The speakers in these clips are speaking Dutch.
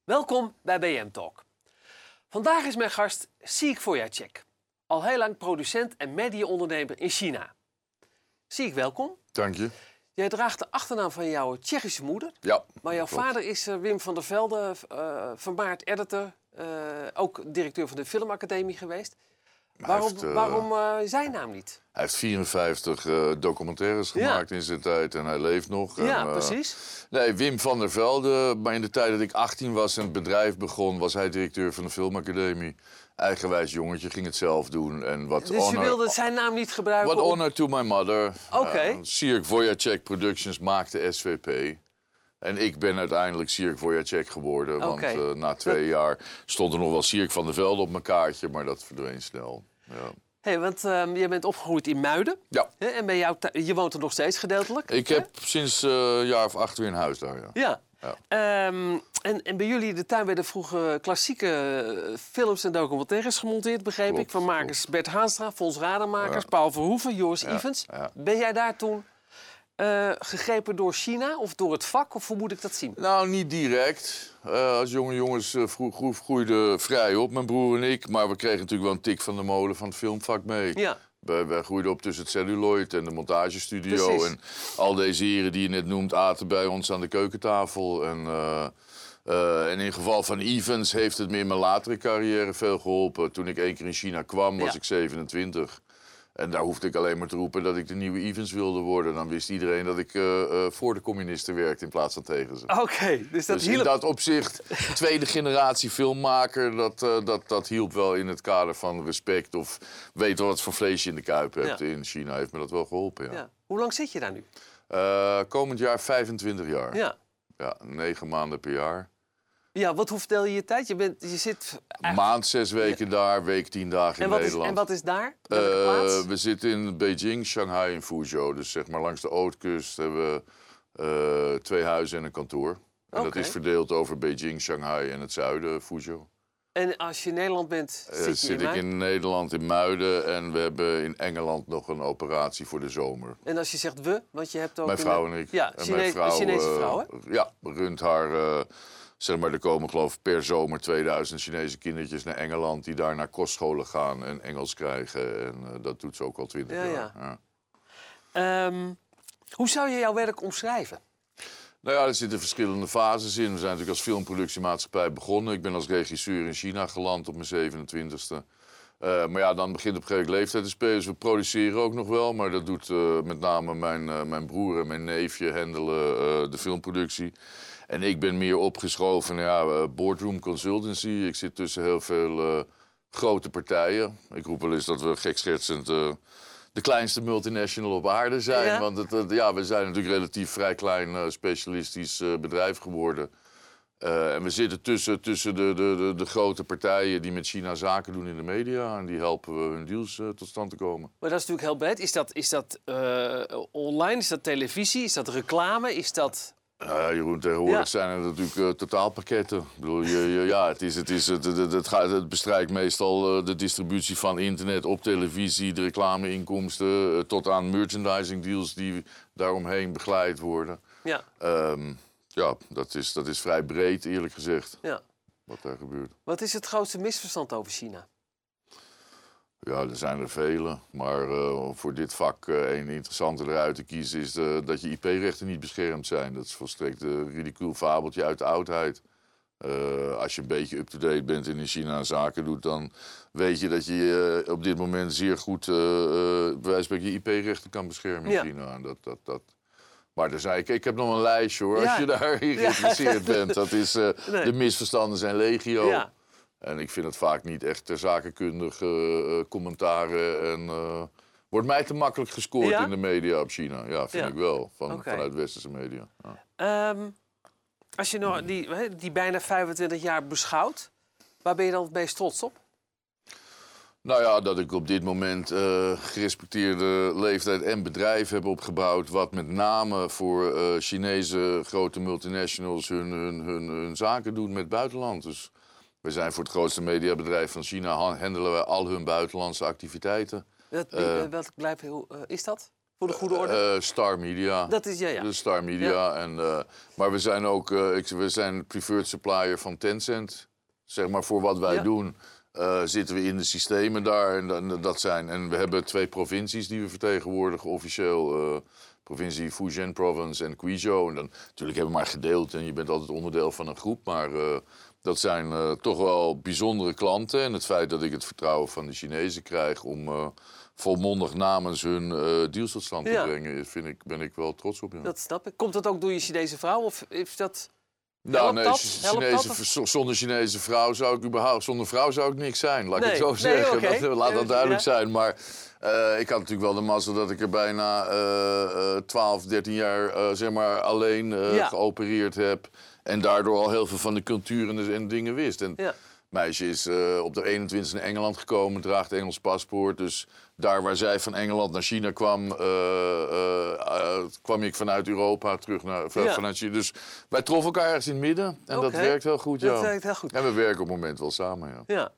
Welkom bij BM Talk. Vandaag is mijn gast Sieg Wojciech, al heel lang producent en mediaondernemer in China. Sieg, welkom. Dank je. Jij draagt de achternaam van jouw Tsjechische moeder. Ja. Maar jouw klopt. vader is Wim van der Velde, vermaard editor, ook directeur van de Filmacademie geweest. Waarom zijn naam niet? Hij heeft 54 documentaires gemaakt in zijn tijd en hij leeft nog. Ja, en, precies. Nee, Wim van der Velde. Maar in de tijd dat ik 18 was en het bedrijf begon, was hij directeur van de Filmacademie. Eigenwijs jongetje, ging het zelf doen. En wat Dus je wilde zijn naam niet gebruiken? What honor to my mother. Oké. Sieg Wojciech Productions maakte SVP. En ik ben uiteindelijk Sieg Wojciech geworden. Want na 2 jaar stond er nog wel Sieg van der Velde op mijn kaartje, maar dat verdween snel. Ja. Hey, want je bent opgegroeid in Muiden. Ja. Hè? En je woont er nog steeds gedeeltelijk. Ik heb sinds een jaar of 8 weer een huis daar, ja. Ja. Ja. En bij jullie in de tuin werden vroeger klassieke films en documentaires gemonteerd, begreep Klopt, ik. Van makers Bert Haanstra, Fons Rademakers, Ja. Paul Verhoeven, Joris Ivens. Ja. Ben jij daar toen gegrepen door China of door het vak? Of hoe moet ik dat zien? Nou, niet direct. Als jonge jongens groeiden vrij op, mijn broer en ik. Maar we kregen natuurlijk wel een tik van de molen van het filmvak mee. Ja. Wij groeiden op tussen het celluloid en de montagestudio. Precies. En al deze heren die je net noemt aten bij ons aan de keukentafel. En in geval van Ivens heeft het me in mijn latere carrière veel geholpen. Toen ik 1 keer in China kwam, was ik 27. En daar hoefde ik alleen maar te roepen dat ik de nieuwe Ivens wilde worden. Dan wist iedereen dat ik voor de communisten werkte in plaats van tegen ze. Oké, dus dat Dus hielp. in dat opzicht, tweede generatie filmmaker, dat hielp wel in het kader van respect. Of weten wat voor vlees je in de kuip hebt. Ja. In China heeft me dat wel geholpen, ja. Ja. Hoe lang zit je daar nu? Komend jaar 25 jaar. Ja. Ja, 9 maanden per jaar. Ja, hoe verdeel je je tijd? Je zit Maand 6 weken daar, week 10 dagen in Nederland. En wat is daar? Welke plaats? We zitten in Beijing, Shanghai en Fuzhou. Dus zeg maar langs de Oostkust hebben we 2 huizen en een kantoor. En dat Oké. is verdeeld over Beijing, Shanghai en het zuiden, Fuzhou. En als je in Nederland bent, zit je Zit ik in Nederland in Muiden en we hebben in Engeland nog een operatie voor de zomer. En als je zegt we, want je hebt ook... Mijn vrouw en ik. Ja, en mijn een Chinese vrouw, hè? Ja, runt haar... zeg maar, er komen geloof ik per zomer 2000 Chinese kindertjes naar Engeland die daar naar kostscholen gaan en Engels krijgen. En dat doet ze ook al 20 jaar. Ja. Hoe zou je jouw werk omschrijven? Nou ja, er zitten verschillende fases in. We zijn natuurlijk als filmproductiemaatschappij begonnen. Ik ben als regisseur in China geland op mijn 27e. Maar ja, dan begint op een gegeven moment leeftijd te spelen. Dus we produceren ook nog wel. Maar dat doet met name mijn broer en mijn neefje handelen de filmproductie. En ik ben meer opgeschoven boardroom consultancy. Ik zit tussen heel veel grote partijen. Ik roep wel eens dat we gekschertsend de kleinste multinational op aarde zijn. Ja. Want we zijn natuurlijk relatief vrij klein specialistisch bedrijf geworden. En we zitten tussen de grote partijen die met China zaken doen in de media. En die helpen we hun deals tot stand te komen. Maar dat is natuurlijk heel breed. Is dat online? Is dat televisie? Is dat reclame? Is dat... Jeroen, tegenwoordig zijn er natuurlijk totaalpakketten. Ik bedoel, het bestrijkt meestal de distributie van internet op televisie, de reclameinkomsten, tot aan merchandising deals die daaromheen begeleid worden. Ja. Dat is vrij breed, eerlijk gezegd, Ja. wat daar gebeurt. Wat is het grootste misverstand over China? Ja, er zijn er vele. Maar voor dit vak een interessante eruit te kiezen is dat je IP-rechten niet beschermd zijn. Dat is volstrekt een ridicuul fabeltje uit de oudheid. Als je een beetje up-to-date bent en in China zaken doet, dan weet je dat je op dit moment zeer goed bij wijze van spreken je IP-rechten kan beschermen in China. En Maar ik heb nog een lijstje hoor, als je daarin geïnteresseerd bent. Dat is, de misverstanden zijn legio. Ja. En ik vind het vaak niet echt ter zakenkundige commentaren. En wordt mij te makkelijk gescoord in de media op China. Ja, vind ik wel. Vanuit westerse media. Ja. Als je nou die bijna 25 jaar beschouwt, waar ben je dan het meest trots op? Nou ja, dat ik op dit moment gerespecteerde leeftijd en bedrijf heb opgebouwd, wat met name voor Chinese grote multinationals hun zaken doen met het buitenland. Dus we zijn voor het grootste mediabedrijf van China, handelen we al hun buitenlandse activiteiten. Welk bedrijf is dat? Voor de goede orde? Star Media. Dat is, ja. De Star Media. Ja. En, maar we zijn ook we zijn preferred supplier van Tencent. Zeg maar, voor wat wij doen zitten we in de systemen daar. En we hebben 2 provincies die we vertegenwoordigen officieel. Provincie Fujian Province en Guizhou. En dan natuurlijk hebben we maar gedeeld en je bent altijd onderdeel van een groep. Maar dat zijn toch wel bijzondere klanten. En het feit dat ik het vertrouwen van de Chinezen krijg om volmondig namens hun deals tot stand te brengen, ben ik wel trots op. Ja. Dat snap ik. Komt dat ook door je Chinese vrouw? Of is dat... Nou, nee, zonder Chinese vrouw zou ik niks zijn. Laat ik het zo zeggen. Okay. Laat dat duidelijk zijn. Maar ik had natuurlijk wel de mazzel dat ik er bijna 12, 13 jaar zeg maar alleen geopereerd heb. En daardoor al heel veel van de cultuur en dingen wist. En meisje is op de 21e naar Engeland gekomen, draagt Engels paspoort. Dus daar waar zij van Engeland naar China kwam, kwam ik vanuit Europa terug vanuit China. Dus wij troffen elkaar ergens in het midden. En dat werkt heel goed, Dat werkt heel goed. En we werken op het moment wel samen, ja.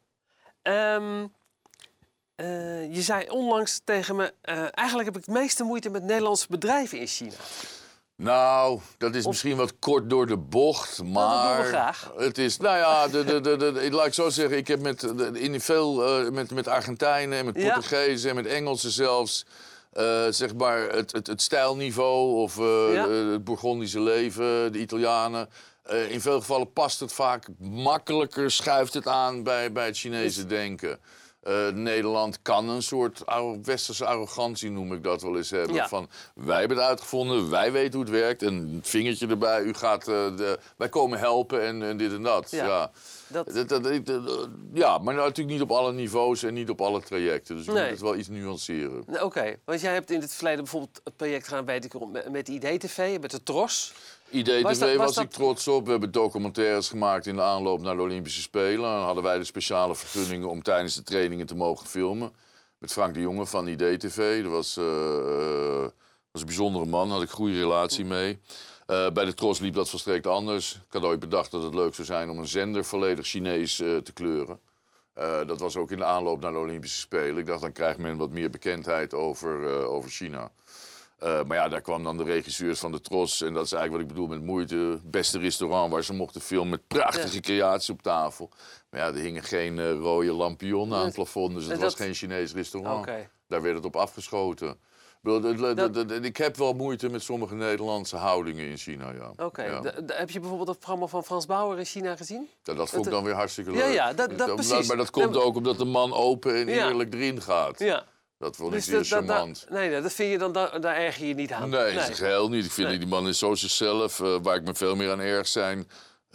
Je zei onlangs tegen me, eigenlijk heb ik het meeste moeite met Nederlandse bedrijven in China. Nou, dat is misschien wat kort door de bocht, maar... Dat doen we graag. Het is, nou ja, laat ik zo zeggen, ik heb met Argentijnen en met Portugezen en met Engelsen zelfs... zeg maar het stijlniveau of het Bourgondische leven, de Italianen... in veel gevallen past het vaak makkelijker, schuift het aan bij het Chinese denken. Nederland kan een soort westerse arrogantie, noem ik dat wel eens, hebben. Ja. Van, wij hebben het uitgevonden, wij weten hoe het werkt. En een vingertje erbij, wij komen helpen en dit en dat. Ja. Ja, maar natuurlijk niet op alle niveaus en niet op alle trajecten. Dus je moet het wel iets nuanceren. Oké, want jij hebt in het verleden bijvoorbeeld het project gedaan, weet ik, met IDTV, met de TROS. IDTV was ik trots op. We hebben documentaires gemaakt in de aanloop naar de Olympische Spelen. Dan hadden wij de speciale vergunningen om tijdens de trainingen te mogen filmen. Met Frank de Jonge van IDTV. Dat was een bijzondere man, daar had ik een goede relatie mee. Bij de TROS liep dat volstrekt anders. Ik had ooit bedacht dat het leuk zou zijn om een zender volledig Chinees te kleuren. Dat was ook in de aanloop naar de Olympische Spelen. Ik dacht, dan krijgt men wat meer bekendheid over China. Maar ja, daar kwam dan de regisseurs van de TROS. En dat is eigenlijk wat ik bedoel met moeite. Het beste restaurant waar ze mochten filmen met prachtige creaties op tafel. Maar ja, er hingen geen rode lampionnen aan het plafond. Dus het was geen Chinees restaurant. Daar werd het op afgeschoten. Ik heb wel moeite met sommige Nederlandse houdingen in China, ja. Heb je bijvoorbeeld het programma van Frans Bauer in China gezien? Ja, dat vond ik dan weer hartstikke leuk. Ja, precies. Maar dat komt ook omdat de man open en eerlijk erin gaat. Ja. Dat vond ik zeer charmant. Nee, dat vind je dan, daar erger je niet aan. Nee, in zijn geheel niet. Ik vind die man is zo zichzelf. Waar ik me veel meer aan erg zijn...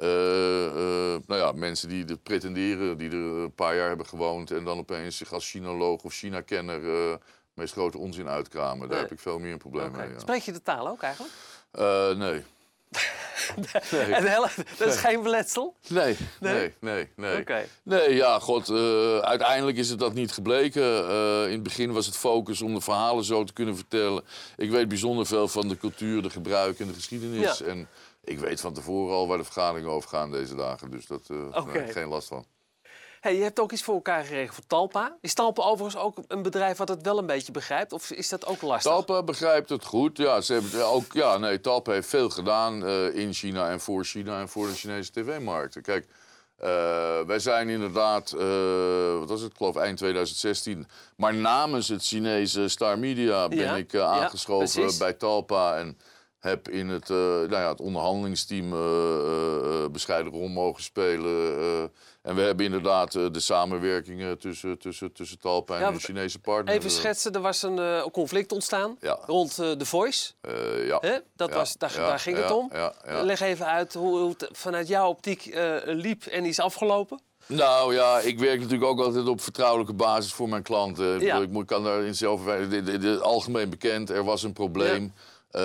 mensen die het pretenderen, die er een paar jaar hebben gewoond... en dan opeens zich als Chinoloog of China-kenner... meest grote onzin uitkramen. Daar heb ik veel meer een probleem mee. Ja. Spreek je de taal ook eigenlijk? Nee. En dat is geen beletsel? Nee. Nee, ja, god, uiteindelijk is het dat niet gebleken. In het begin was het focus om de verhalen zo te kunnen vertellen. Ik weet bijzonder veel van de cultuur, de gebruik en de geschiedenis. Ja. En ik weet van tevoren al waar de vergaderingen over gaan deze dagen. Dus dat geen last van. Hey, je hebt ook iets voor elkaar geregeld voor Talpa. Is Talpa overigens ook een bedrijf wat het wel een beetje begrijpt? Of is dat ook lastig? Talpa begrijpt het goed. Ja, Talpa heeft veel gedaan in China en voor de Chinese tv-markten. Kijk, wij zijn inderdaad, wat was het, ik geloof eind 2016... maar namens het Chinese Star Media ben ik aangeschoven bij Talpa... en heb in het onderhandelingsteam bescheiden rol mogen spelen... En we hebben inderdaad de samenwerkingen tussen Talpa en de Chinese partner. Even schetsen, er was een conflict ontstaan rond The Voice. Daar ging het om. Leg even uit hoe het vanuit jouw optiek liep en is afgelopen. Nou ja, ik werk natuurlijk ook altijd op vertrouwelijke basis voor mijn klanten. Ik kan daarin zelf... algemeen bekend, er was een probleem.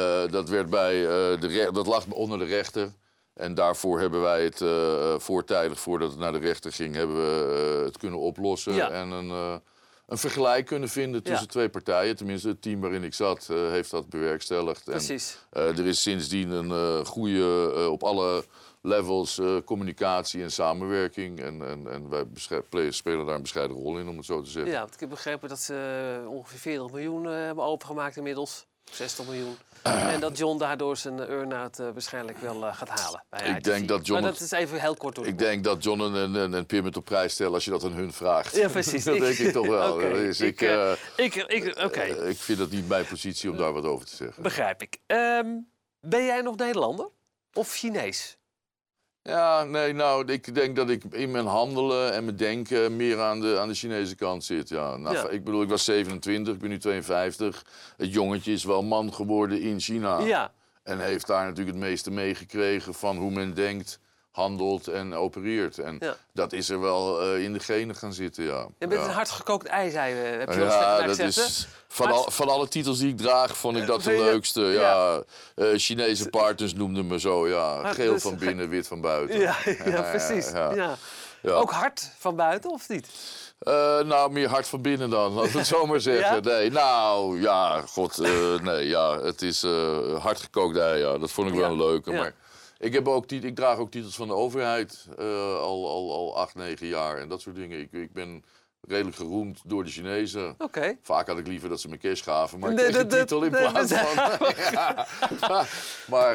Dat lag onder de rechter. En daarvoor hebben wij het voortijdig, voordat het naar de rechter ging, hebben we het kunnen oplossen. Ja. En een vergelijk kunnen vinden tussen twee partijen. Tenminste, het team waarin ik zat heeft dat bewerkstelligd. Precies. En, er is sindsdien een goede, op alle levels, communicatie en samenwerking. En wij spelen daar een bescheiden rol in, om het zo te zeggen. Ja, want ik heb begrepen dat ze ongeveer 40 miljoen hebben opengemaakt inmiddels. 60 miljoen. En dat John daardoor zijn earn-out waarschijnlijk wel gaat halen. Ik denk dat John... Maar dat is even heel kort door de Ik denk dat John en Pim het op prijs stellen als je dat aan hun vraagt. Ja, precies. Dat denk ik toch wel. Okay. Dus ik vind het niet mijn positie om daar wat over te zeggen. Begrijp ik. Ben jij nog Nederlander? Of Chinees? Ja, nee, nou, ik denk dat ik in mijn handelen en mijn denken meer aan de Chinese kant zit. Ja. Nou, ik bedoel, ik was 27, ik ben nu 52. Het jongetje is wel man geworden in China. Ja. En heeft daar natuurlijk het meeste meegekregen van hoe men denkt, handelt en opereert. En dat is er wel in de genen gaan zitten, ja. Je bent een hardgekookt ei, zei je. Heb je dat is... Van alle titels die ik draag, vond ik dat de leukste. Ja. Chinese partners noemden me zo. Ja. Geel dus, van binnen, wit van buiten. Ja, precies. Ja. Ook hard van buiten, of niet? Nou, meer hard van binnen dan, laten we het zo maar zeggen. Ja? Nee, nou, ja, god, nee, ja, het is hardgekookt ei, ja. Dat vond ik wel een leuke, maar... Ik draag ook titels van de overheid, al 8, 9 jaar en dat soort dingen. Ik ben redelijk geroemd door de Chinezen. Okay. Vaak had ik liever dat ze me cash gaven, maar ik kreeg een titel in plaats van... Maar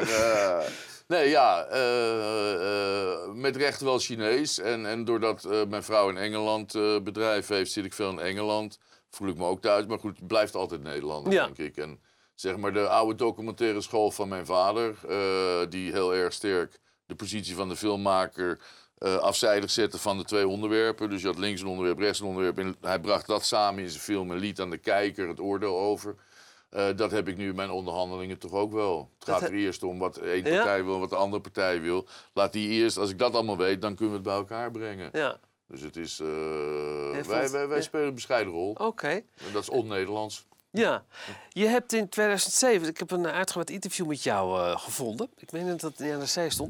met recht wel Chinees. En doordat mijn vrouw in Engeland bedrijf heeft, zit ik veel in Engeland. Voel ik me ook thuis, maar goed, het blijft altijd Nederlander, denk ik. En, zeg maar de oude documentaire school van mijn vader, die heel erg sterk de positie van de filmmaker afzijdig zette van de twee onderwerpen. Dus je had links een onderwerp, rechts een onderwerp. En hij bracht dat samen in zijn film en liet aan de kijker het oordeel over. Dat heb ik nu in mijn onderhandelingen toch ook wel. Het gaat er eerst om wat één partij wil en wat de andere partij wil. Laat die eerst, als ik dat allemaal weet, dan kunnen we het bij elkaar brengen. Ja. Dus het is... wij spelen een bescheiden rol. Oké. En dat is on-Nederlands. Ja, je hebt in 2007, ik heb een uitgebreid interview met jou gevonden. Ik meen dat het in de NRC stond.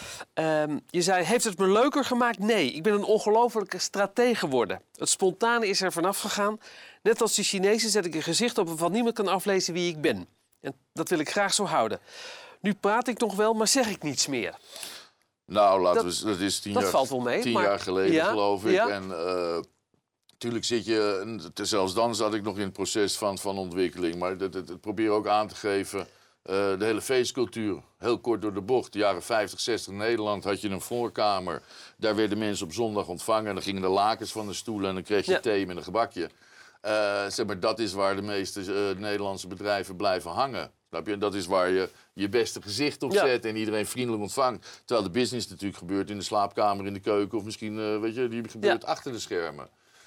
Je zei, heeft het me leuker gemaakt? Nee, ik ben een ongelofelijke strateeg geworden. Het spontane is er vanaf gegaan. Net als de Chinezen zet ik een gezicht op waarvan niemand kan aflezen wie ik ben. En dat wil ik graag zo houden. Nu praat ik nog wel, maar zeg ik niets meer. Nou, dat is 10 jaar, valt wel mee, jaar geleden, geloof ik. Ja. En natuurlijk zit je, zelfs dan zat ik nog in het proces van ontwikkeling. Maar het probeer ook aan te geven, de hele feestcultuur. Heel kort door de bocht, de jaren 50, 60 in Nederland had je een voorkamer. Daar werden mensen op zondag ontvangen. En dan gingen de lakens van de stoelen en dan kreeg je thee met een gebakje. Zeg maar, dat is waar de meeste Nederlandse bedrijven blijven hangen. Snap je? Dat is waar je je beste gezicht op zet en iedereen vriendelijk ontvangt. Terwijl de business natuurlijk gebeurt in de slaapkamer, in de keuken of misschien, die gebeurt achter de schermen.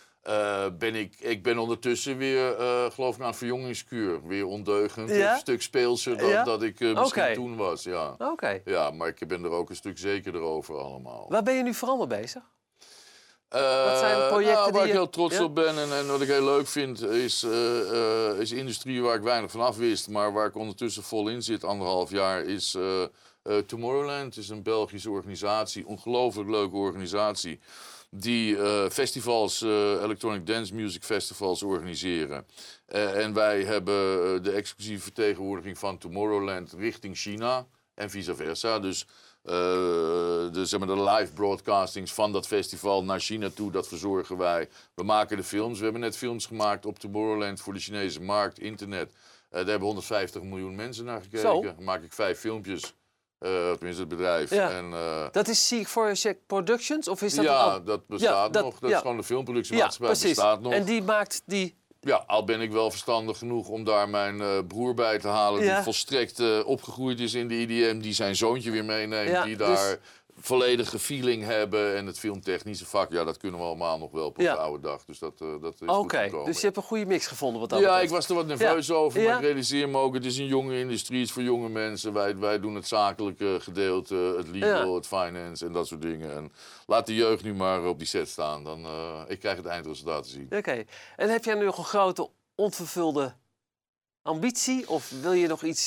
Ik ben ondertussen weer, geloof ik, aan een verjongingskuur. Weer ondeugend, een stuk speelser dan dat ik misschien toen was. Ja. Ja, maar ik ben er ook een stuk zekerder over allemaal. Waar ben je nu vooral mee bezig? Wat zijn projecten waar ik heel trots op ben en wat ik heel leuk vind, is industrie waar ik weinig van af wist, maar waar ik ondertussen vol in zit, 1,5 jaar, is Tomorrowland. Het is een Belgische organisatie, ongelooflijk leuke organisatie, die festivals, electronic dance music festivals organiseren. En wij hebben de exclusieve vertegenwoordiging van Tomorrowland richting China en vice versa. Dus de live broadcastings van dat festival naar China toe, dat verzorgen wij. We maken de films. We hebben net films gemaakt op Tomorrowland voor de Chinese markt, internet. Daar hebben 150 miljoen mensen naar gekeken. Dan maak ik 5 filmpjes. Tenminste het bedrijf. Ja. En, dat is Seek4Check Productions? Of is dat dat bestaat nog. Dat is gewoon de filmproductiemaatschappij. Bestaat nog. En die maakt die... Ja, al ben ik wel verstandig genoeg om daar mijn broer bij te halen... die volstrekt opgegroeid is in de IDM, die zijn zoontje weer meeneemt... die daar volledige feeling hebben. En het filmtechnische vak, dat kunnen we allemaal nog wel op de oude dag. Dus dat is goed gekomen. Dus je hebt een goede mix gevonden wat dat betreft. Ik was er wat nerveus over, maar ik realiseer me ook... het is een jonge industrie, het is voor jonge mensen. Wij doen het zakelijke gedeelte, het legal, het finance en dat soort dingen. En laat de jeugd nu maar op die set staan. Dan, ik krijg het eindresultaat te zien. Oké. En heb jij nu nog een grote onvervulde ambitie? Of wil je nog iets...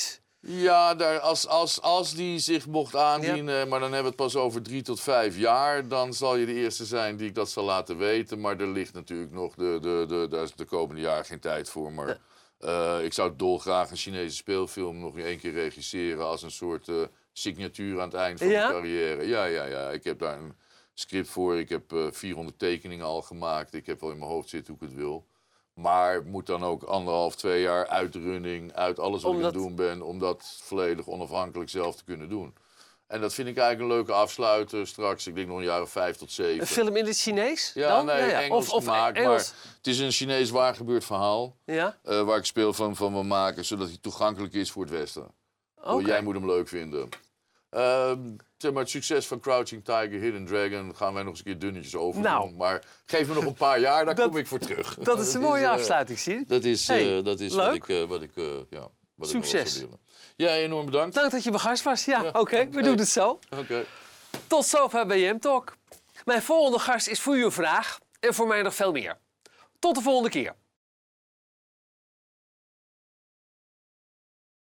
Ja, als die zich mocht aandienen, maar dan hebben we het pas over 3 tot 5 jaar... dan zal je de eerste zijn die ik dat zal laten weten. Maar er ligt natuurlijk nog daar is de komende jaren geen tijd voor. Maar ik zou dolgraag een Chinese speelfilm nog 1 keer regisseren... als een soort signatuur aan het eind van mijn carrière. Ja. Ik heb daar een script voor. Ik heb 400 tekeningen al gemaakt. Ik heb wel in mijn hoofd zitten hoe ik het wil. Maar moet dan ook 1,5, 2 jaar uit de running, uit alles wat ik aan het doen ben... om dat volledig onafhankelijk zelf te kunnen doen. En dat vind ik eigenlijk een leuke afsluiter straks. Ik denk nog een jaar of 5 tot 7. Een film in het Chinees? Ja, dan? nee, Engels gemaakt. Engels. Maar het is een Chinees waargebeurd verhaal. Ja? Waar ik speel van wil maken, zodat hij toegankelijk is voor het Westen. Okay. Jij moet hem leuk vinden. Zeg maar, het succes van Crouching Tiger, Hidden Dragon... gaan wij nog eens een keer dunnetjes over doen. Maar geef me nog een paar jaar, daar kom ik voor terug. Dat is een mooie afsluiting, zie je. Dat is leuk. wat ik Succes. wil willen. Ja, enorm bedankt. Dank dat je mijn gast was. Ja, oké, we doen het zo. Tot zover BM Talk. Mijn volgende gast is voor u een vraag en voor mij nog veel meer. Tot de volgende keer.